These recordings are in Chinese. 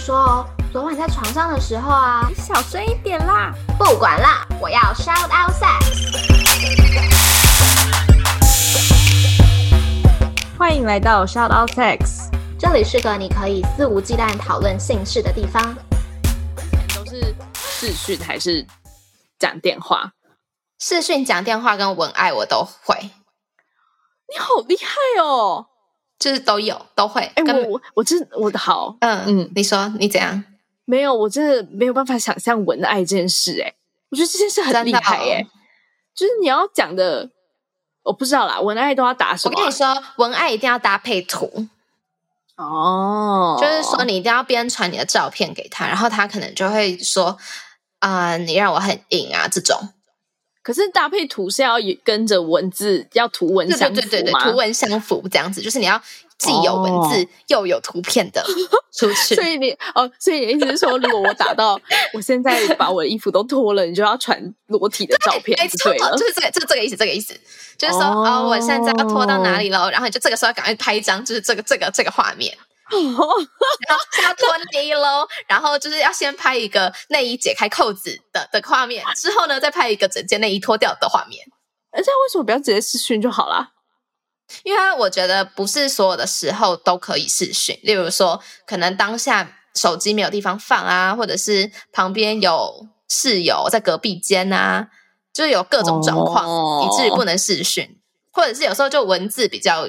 说哦，昨晚在床上的时候啊， 你小声一点啦。 不管啦，我要 shout out sex。 欢迎来到 Shout Out Sex， 这里是个你可以肆无忌惮讨论性事的地方。 都是视讯还是讲电话？ 视讯、讲电话跟文爱我都会。 你好厉害哦！ 就是都有，都会。 我的好， 你说你怎样？ 没有，我真的没有办法想象文爱这件事。我觉得这件事很厉害就是你要讲的，我不知道啦，文爱都要打什么？ 我跟你说，文爱一定要搭配图哦， 就是说你一定要边传你的照片给他，然后他可能就会说你让我很硬啊这种。 可是搭配图是要跟着文字，要图文相符吗？ 对，图文相符这样子，就是你要既有文字又有图片的出去。 所以你意思是说，如果我打到我现在把我的衣服都脱了，你就要传裸体的照片，对了， 就是这个意思，就是说我现在要脱到哪里了，然后你就这个时候赶快拍一张，就是这个画面。然后要脱内衣咯，然后就是要先拍一个内衣解开扣子的画面，之后呢再拍一个整件内衣脱掉的画面。 这样为什么不要直接视讯就好啦？ 因为我觉得不是所有的时候都可以视讯，例如说可能当下手机没有地方放啊，或者是旁边有室友在隔壁间啊，就是有各种状况，以至于不能视讯，或者是有时候就文字比较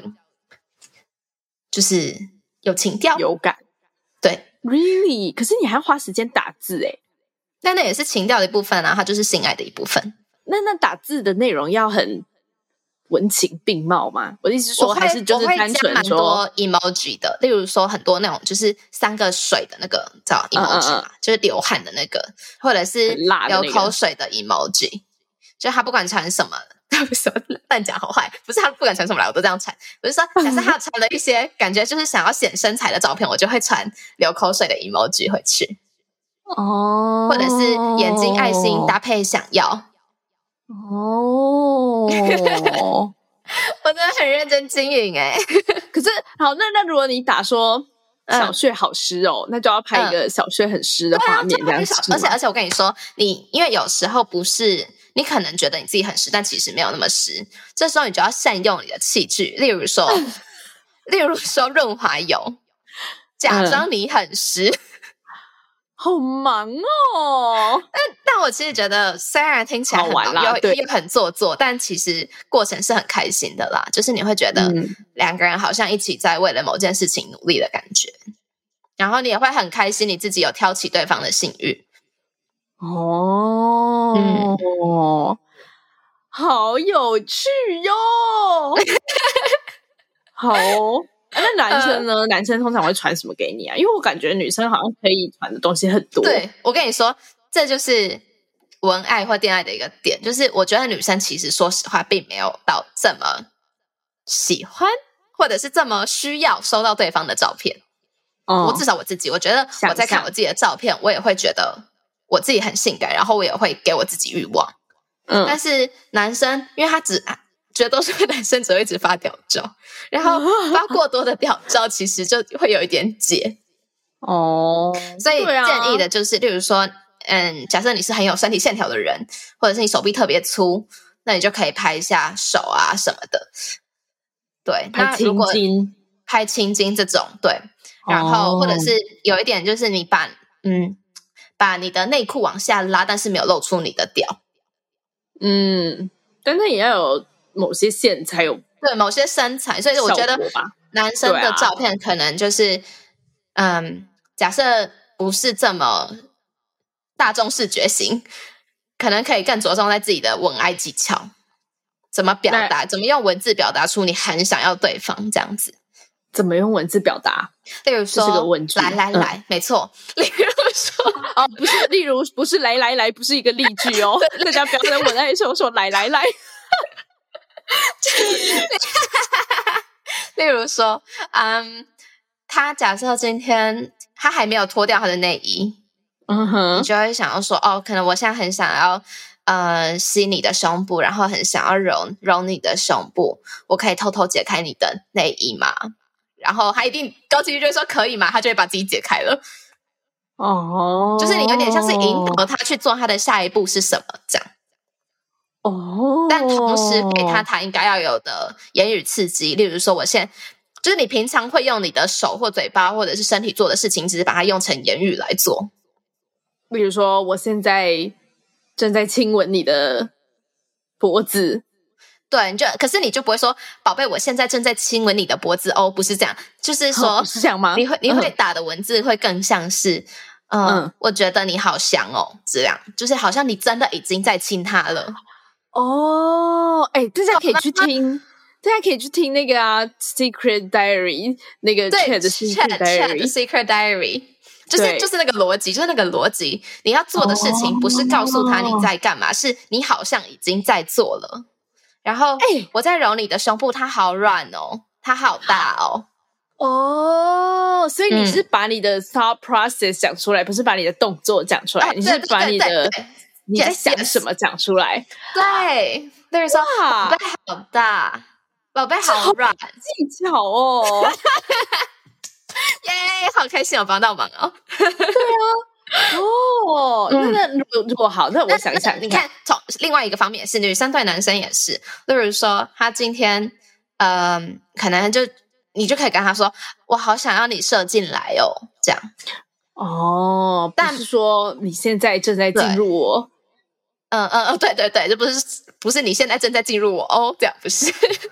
就是有情调有感。 对 Really？ 可是你还要花时间打字但那也是情调的一部分啊，它就是性爱的一部分。 那打字的内容要很文情并茂吗？我的意思是说，还是就是单纯说， 我会加蛮多 emoji 的，例如说很多那种就是3个水的那个叫 emoji 嘛，就是流汗的那个，或者是流口水的 emoji，就他不管传什么。什么乱讲好坏，不是他不管传什么来我都这样传。我就说假设他传了一些感觉就是想要显身材的照片，我就会传流口水的 emoji 回去或者是眼睛爱心搭配想要我真的很认真经营可是好，那如果你打说小穴好湿那就要拍一个小穴很湿的画面这样子。 而且我跟你说，你因为有时候不是你可能觉得你自己很湿，但其实没有那么湿，这时候你就要善用你的器具，例如说润滑油，假装你很湿。 好忙哦！ 但我其实觉得，虽然听起来很忙又很做作，但其实过程是很开心的啦。就是你会觉得两个人好像一起在为了某件事情努力的感觉，然后你也会很开心，你自己有挑起对方的性欲。 好有趣哟！好那男生呢？男生通常会传什么给你啊？因为我感觉女生好像可以传的东西很多。 对，我跟你说，这就是文爱或恋爱的一个点，就是我觉得女生其实说实话并没有到这么喜欢，或者是这么需要收到对方的照片。我至少我自己，我觉得我在看我自己的照片，我也会觉得我自己很性感，然后我也会给我自己欲望。但是男生，因为他觉得都是男生只会一直发屌照，然后发过多的屌照其实就会有一点解所以建议的就是，例如说假设你是很有身体线条的人，或者是你手臂特别粗，那你就可以拍一下手啊什么的。对， 拍青筋， 拍青筋这种，对，然后或者是有一点就是你把你的内裤往下拉，但是没有露出你的屌。 但那也要有某些线才有对某些身材，所以我觉得男生的照片可能就是假设不是这么大众视觉型，可能可以更着重在自己的文爱技巧，怎么表达，怎么用文字表达出你很想要对方这样子。 怎么用文字表达？ 例如说， 这是个问句。 来，没错。例如说， 不是，例如不是来，不是一个例句哦。大家不要在文爱的时候说来。 例如说，他假设今天他还没有脱掉他的内衣，你就会想要说，可能我现在很想要吸你的胸部，然后很想要揉你的胸部，我可以偷偷解开你的内衣吗？然后他一定高几率就会说可以嘛，他就会把自己解开了。 哦， 就是你有点像是引导他去做他的下一步是什么这样。 哦， 但同时给他应该要有的言语刺激，例如说我现在就是你平常会用你的手或嘴巴或者是身体做的事情，只是把它用成言语来做。 比如说我现在正在亲吻你的脖子， 对，可是你就不会说宝贝我现在正在亲吻你的脖子哦，不是这样，就是说是这样吗？ 你会打的文字会更像是我觉得你好香哦，这样就是好像你真的已经在亲他了。 哦，哎，大家可以去听，大家可以去听那个啊 ，Secret Diary 那个 Chat 的 Secret Diary， 就是那个逻辑，就是那个逻辑。你要做的事情不是告诉他你在干嘛，是你好像已经在做了。然后，我在揉你的胸部，它好软哦，它好大哦。 哦，所以你是把你的 thought process 讲出来，不是把你的动作讲出来，你是把你的你在想什么讲出来。 对，例如说，宝贝好大，宝贝好软， 技巧哦。 耶，好开心，有帮到忙哦。 对啊，哦，那如果好，那我想一想， 你看，从另外一个方面是女生对男生也是，例如说，他今天可能你就可以跟他说，我好想要你射进来哦，这样。 哦，但是说你现在正在进入我。 对对对，这不是你现在正在进入我哦，这样不是。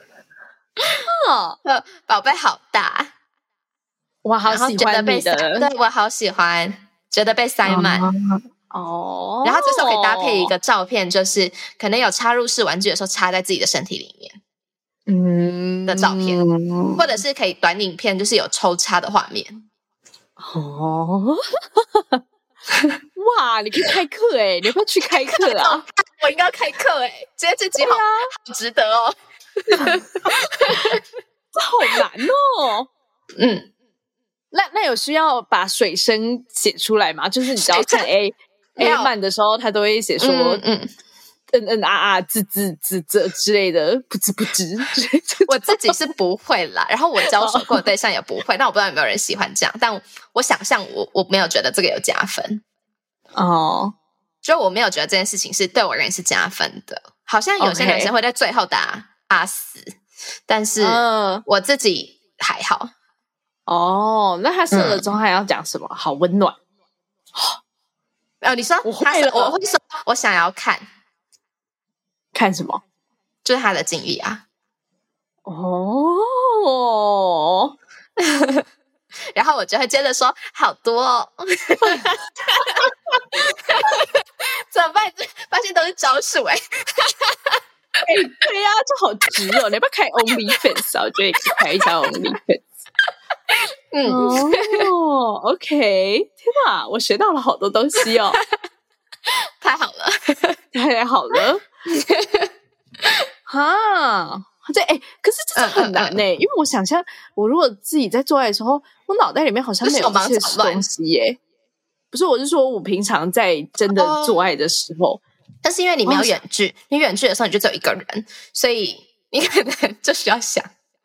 宝贝好大， 我好喜欢你的， 对我好喜欢，觉得被塞满哦。 然后这时候可以搭配一个照片，就是可能有插入式玩具的时候插在自己的身体里面，的照片，或者是可以短影片，就是有抽插的画面。 哦。哇，你可以开课哎！你要不要去开课啊？ 我应该要开课哎！今天这集好值得哦。 这好难哦。那有需要把水声写出来吗？就是你知道看 A 漫的时候，他都会写说字之类的，不知。 我自己是不会啦，然后我交手过的对象也不会，但我不知道有没有人喜欢这样。但我想象我没有觉得这个有加分哦， 就我没有觉得这件事情是对我而言是加分的。好像有些男生会在最后打阿死，但是我自己还好。 哦，那他射了之后还要讲什么？好温暖。 你说我会说我想要看什么？ 就是他的经历啊。 哦。 然后我就会接着说好多哦。怎么办？发现都是招数哎。 对呀，这好直哦！你要不要开 OnlyFans 啊？我觉得也可以开一下 OnlyFans。OK， 天哪，我学到了好多东西哦。 太好了， 太好了。哈，对，可是这很难因为我想象，我如果自己在做爱的时候，我脑袋里面好像没有这些东西耶。不是，我是说我平常在真的做爱的时候， 但是因为你没有远距，你远距的时候你就只有一个人，所以你可能就需要想。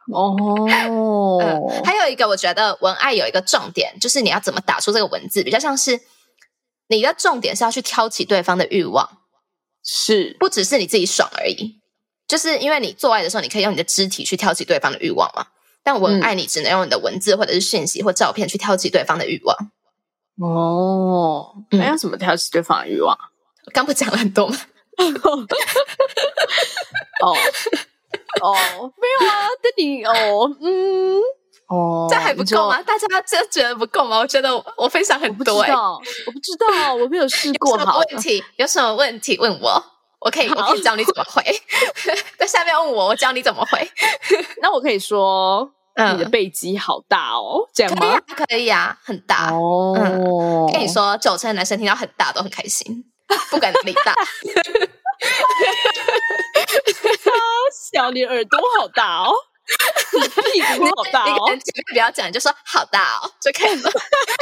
还有一个我觉得文爱有一个重点，就是你要怎么打出这个文字，比较像是你的重点是要去挑起对方的欲望， 是不只是你自己爽而已。就是因为你做爱的时候你可以用你的肢体去挑起对方的欲望嘛，但文爱你只能用你的文字或者是讯息或照片去挑起对方的欲望。 那要怎么挑起对方的欲望？ 我刚不讲了很多吗？ 没有啊，但你这还不够吗？大家真的觉得不够吗？我觉得我分享很多我不知道，我没有试过。 有什么问题问我，我可以教你怎么回。在下面问我教你怎么回。 那我可以说你的背肌好大哦，这样吗？ 可以啊，很大跟你说，90%的男生听到很大都很开心，不管哪里大。 小，你耳朵好大哦，你屁股好大哦。 你不要讲，你就说好大哦就可以了。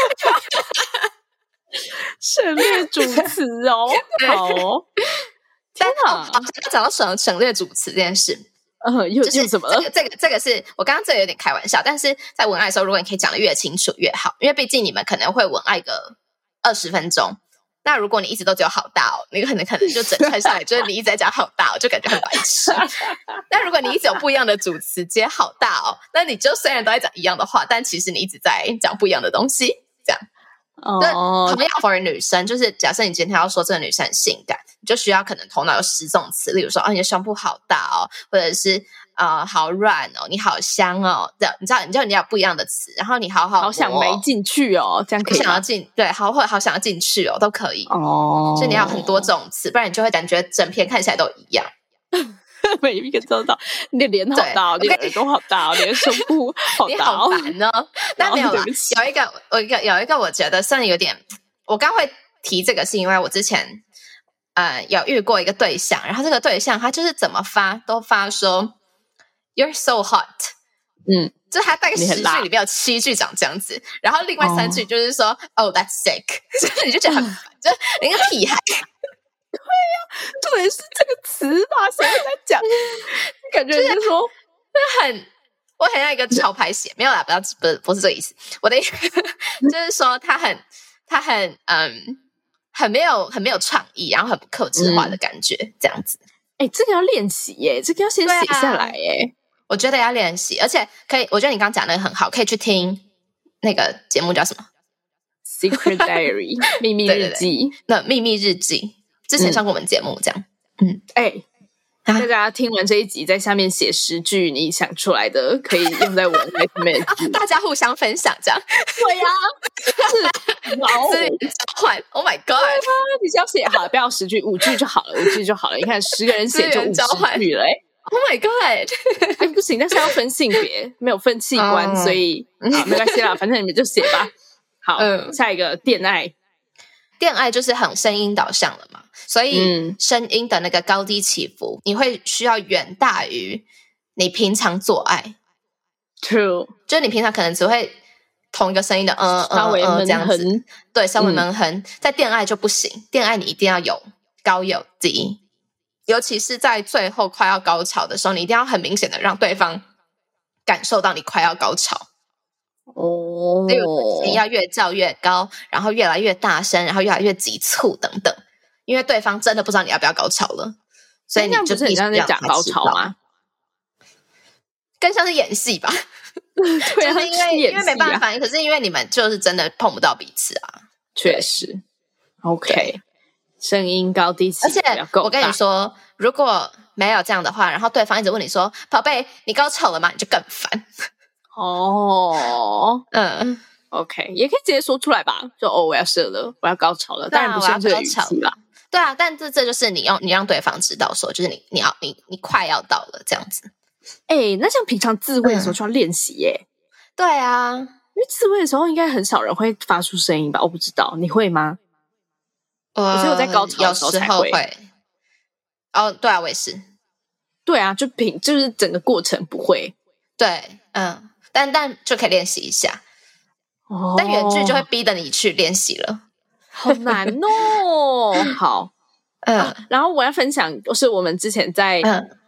省略主词哦，好哦。 天哪，讲到省略主词这件事， 又怎么了？ 这个是我刚刚这个有点开玩笑，但是在文爱的时候，如果你可以讲的越清楚越好，因为毕竟你们可能会文爱个 20分钟。那如果你一直都只有好大哦，你可能就整串下来就是你一直在讲好大哦，就感觉很白痴。那如果你一直有不一样的主词接好大哦，那你就虽然都在讲一样的话，但其实你一直在讲不一样的东西，这样。同样 for 女生，就是假设你今天要说这个女生很性感，你就需要可能头脑有10种词，例如说你的胸部好大哦，或者是好软哦，你好香哦，这样你知道你要有不一样的词，然后你好想没进去哦，这样可以吗？ 想要进，对，或者好想要进去哦，都可以哦。所以你要很多种词，不然你就会感觉整篇看起来都一样。 每一个都到，你的脸好大，你的耳朵好大，你的胸部好大， 你好烦哦。但没有啦，有一个我觉得算有点，我刚会提这个是因为我之前有遇过一个对象，然后这个对象他就是怎么发都发说 You're so hot， 就他大概10句里面有7句长这样子，然后另外3句就是说Oh that's sick， 就是你就觉得很烦，就你个屁孩。 对呀，对，是这个词吧？谁会在讲？感觉就是说， 我很像一个潮牌鞋，没有啦，不是这个意思。我的意思就是说，他很没有创意，然后很不客制化的感觉，这样子。 这个要练习耶，这个要先写下来耶。 我觉得要练习，而且可以，我觉得你刚刚讲那个很好，可以去听那个节目叫什么 ？Secret Diary 秘密日记。 那秘密日记。之前上过我们节目，这样， 大家听完这一集，在下面写10句你想出来的，可以用在我们里面， 大家互相分享，这样。 对呀，是资源交换。Oh my god！ 你只要写好，不要10句，5句就好了，5句就好了。你看10个人写就50句了 ，Oh my god！ 不行，但是要分性别，没有分器官，所以没关系啦，反正你们就写吧。好，下一个恋爱。 恋爱就是很声音导向了嘛，所以声音的那个高低起伏，你会需要远大于你平常做爱。 True， 就是你平常可能只会同一个声音的稍微这样子，对，稍微闷哼。在恋爱就不行，恋爱你一定要有高有低，尤其是在最后快要高潮的时候，你一定要很明显的让对方感受到你快要高潮。所以你要越叫越高，然后越来越大声，然后越来越急促等等，因为对方真的不知道你要不要高潮了，所以你就你刚才在讲高潮吗？ 更像是演戏吧。 对啊， 就是因为没办法，可是因为你们就是真的碰不到彼此啊。 确实 OK， 声音高低起， 而且我跟你说，如果没有这样的话，然后对方一直问你说宝贝你高潮了吗，你就更烦。 OK， 也可以直接说出来吧，就我要射了，我要高潮了，当然不是用这个语气啦。 对啊，但这就是你让对方知道说，就是你快要到了这样子。 那像平常自慰的时候就要练习耶。 对啊，因为自慰的时候应该很少人会发出声音吧？我不知道，你会吗？我只有在高潮的时候才会。 对啊，我也是。 对啊，就是整个过程不会。 对，但就可以练习一下。但远距就会逼得你去练习了， 好难哦。好，然后我要分享，就是我们之前在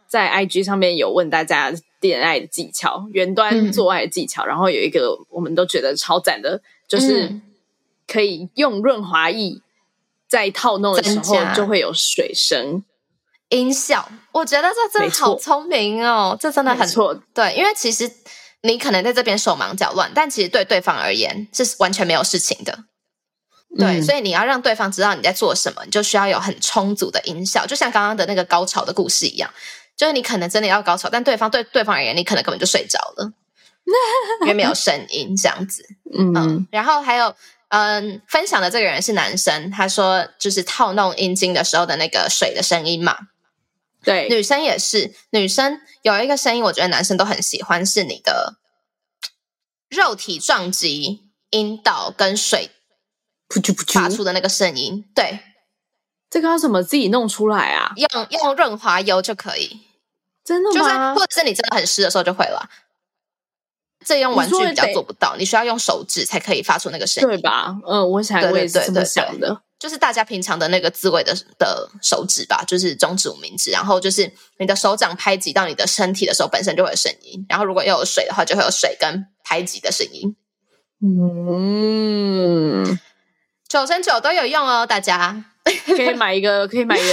IG 上面有问大家恋爱的技巧，远端做爱的技巧，然后有一个我们都觉得超赞的，就是可以用润滑液在套弄的时候就会有水声音效。我觉得这真的好聪明哦，这真的很错。 对，因为其实你可能在这边手忙脚乱，但其实对对方而言是完全没有事情的。对，所以你要让对方知道你在做什么，你就需要有很充足的音效，就像刚刚的那个高潮的故事一样，就是你可能真的要高潮，但对方而言，你可能根本就睡着了，因为没有声音这样子。然后还有分享的这个人是男生，他说就是套弄阴茎的时候的那个水的声音嘛。 对， 女生也是，女生有一个声音我觉得男生都很喜欢，是你的肉体撞击阴道跟水发出的那个声音。对， 这个要怎么自己弄出来啊？ 用润滑油就可以。 真的吗？ 就是或者是你真的很湿的时候就会了。这用玩具比较做不到，你需要用手指才可以发出那个声音， 对吧？我也是这么想的。 就是大家平常的那个自慰的手指吧，就是中指、无名指，然后就是你的手掌拍击到你的身体的时候，本身就会有声音，然后如果又有水的话，就会有水跟拍击的声音。 9成9都有用哦，大家可以买一个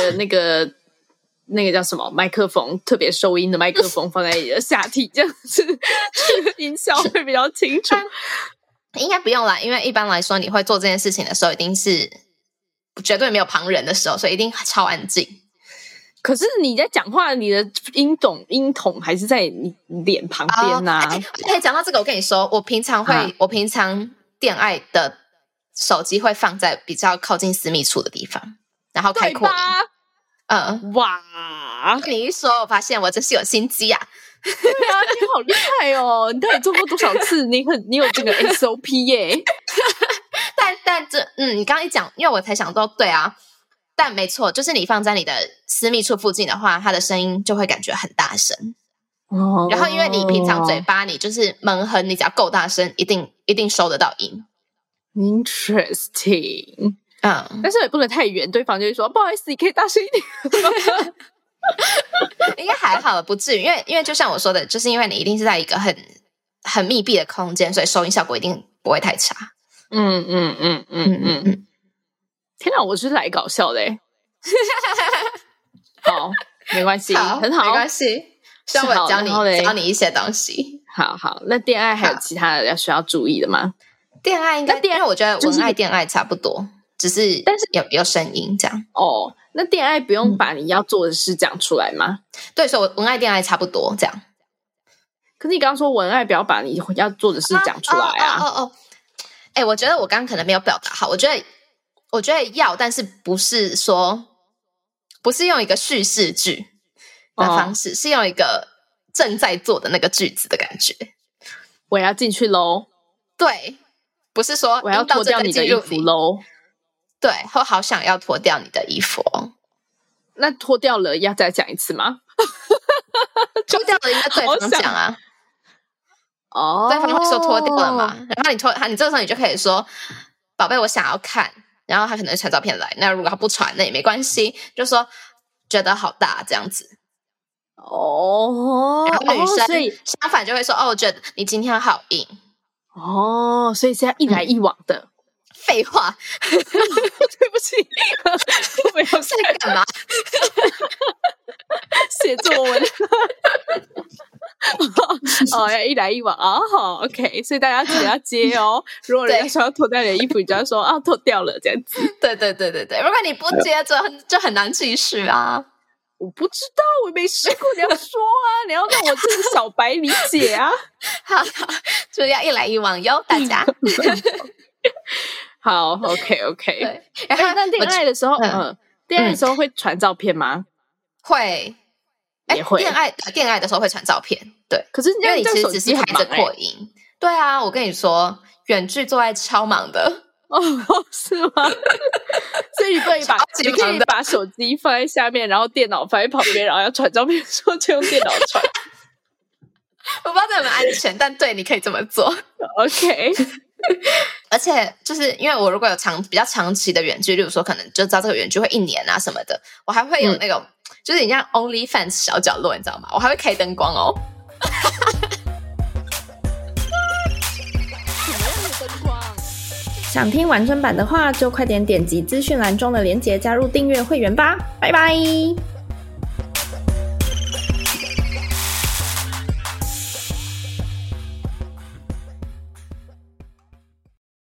那个叫什么麦克风，特别收音的麦克风放在你的下体，这样子音效会比较清楚。 应该不用啦，因为一般来说你会做这件事情的时候一定是绝对没有旁人的时候，所以一定超安静。 可是你在讲话，你的音筒还是在你脸旁边啊。 讲到这个我跟你说，我平常恋爱的手机会放在比较靠近私密处的地方，然后开扩音。 哇！ 你一说，我发现我真是有心机啊！ 对啊，你好厉害哦！你到底做过多少次？你有这个 SOP 耶？ 但你刚刚一讲，因为我才想到，对啊，但没错，就是你放在你的私密处附近的话，它的声音就会感觉很大声。然后因为你平常嘴巴你就是闷哼，你只要够大声，一定收得到音。 Interesting。但是也不能太远，对方就会说不好意思，你可以大声一点。 应该还好，不至于，因为就像我说的，就是因为你一定是在一个很密闭的空间，所以收音效果一定不会太差。 天哪，我是来搞笑的耶。好，没关系，很好， 没关系。希望我教你一些东西。 好，那恋爱还有其他的需要注意的吗？ 恋爱应该，因为我觉得文爱恋爱差不多，只是但是有声音这样。 那恋爱不用把你要做的事讲出来吗？ 对，所以文爱恋爱差不多这样。 可是你刚刚说文爱不要把你要做的事讲出来啊。 我觉得我刚刚可能没有表达好。我觉得要，但是不是用一个叙事句的方式，是用一个正在做的那个句子的感觉。 我要进去咯。 对，不是说我要脱掉你的衣服咯。 对，我好想要脱掉你的衣服哦。 那脱掉了要再讲一次吗？ 脱掉了应该对方讲啊。对方会说脱掉了嘛，然后你这个时候你就可以说宝贝我想要看，然后他可能会传照片来，那如果他不传那也没关系，就说觉得好大这样子。然后女生相反就会说我觉得你今天好硬。 所以是要一来一往的。 废话。 对不起。我要在干嘛？ 写作文。要一来一往好 OK， 所以大家记得要接哦。如果人家说要脱掉你的衣服，你就要说脱掉了这样子。 对，如果你不接就很难继续啊。 我不知道，我没试过，你要说啊，你要让我这个小白理解啊。 好，就要一来一往哟，大家。 好 OK。然后那恋爱的时候，恋爱的时候会传照片吗？ 会。也会。恋爱的时候会传照片。对， 可是因为你其实只是开着扩音。对啊，我跟你说，远距做爱超忙的。 是吗？所以你可以把手机放在下面，然后电脑放在旁边，然后要传照片的时候就用电脑传。 我不知道这有没有安全，但对，你可以这么做。 OK。 而且就是因为我如果有比较长期的远距，例如说可能就知道这个远距会1年啊什么的，我还会有那种就是你像 OnlyFans 小角落，你知道吗？我还会开灯光哦。 想听完整版的话，就快点点击资讯栏中的连结加入订阅会员吧，拜拜。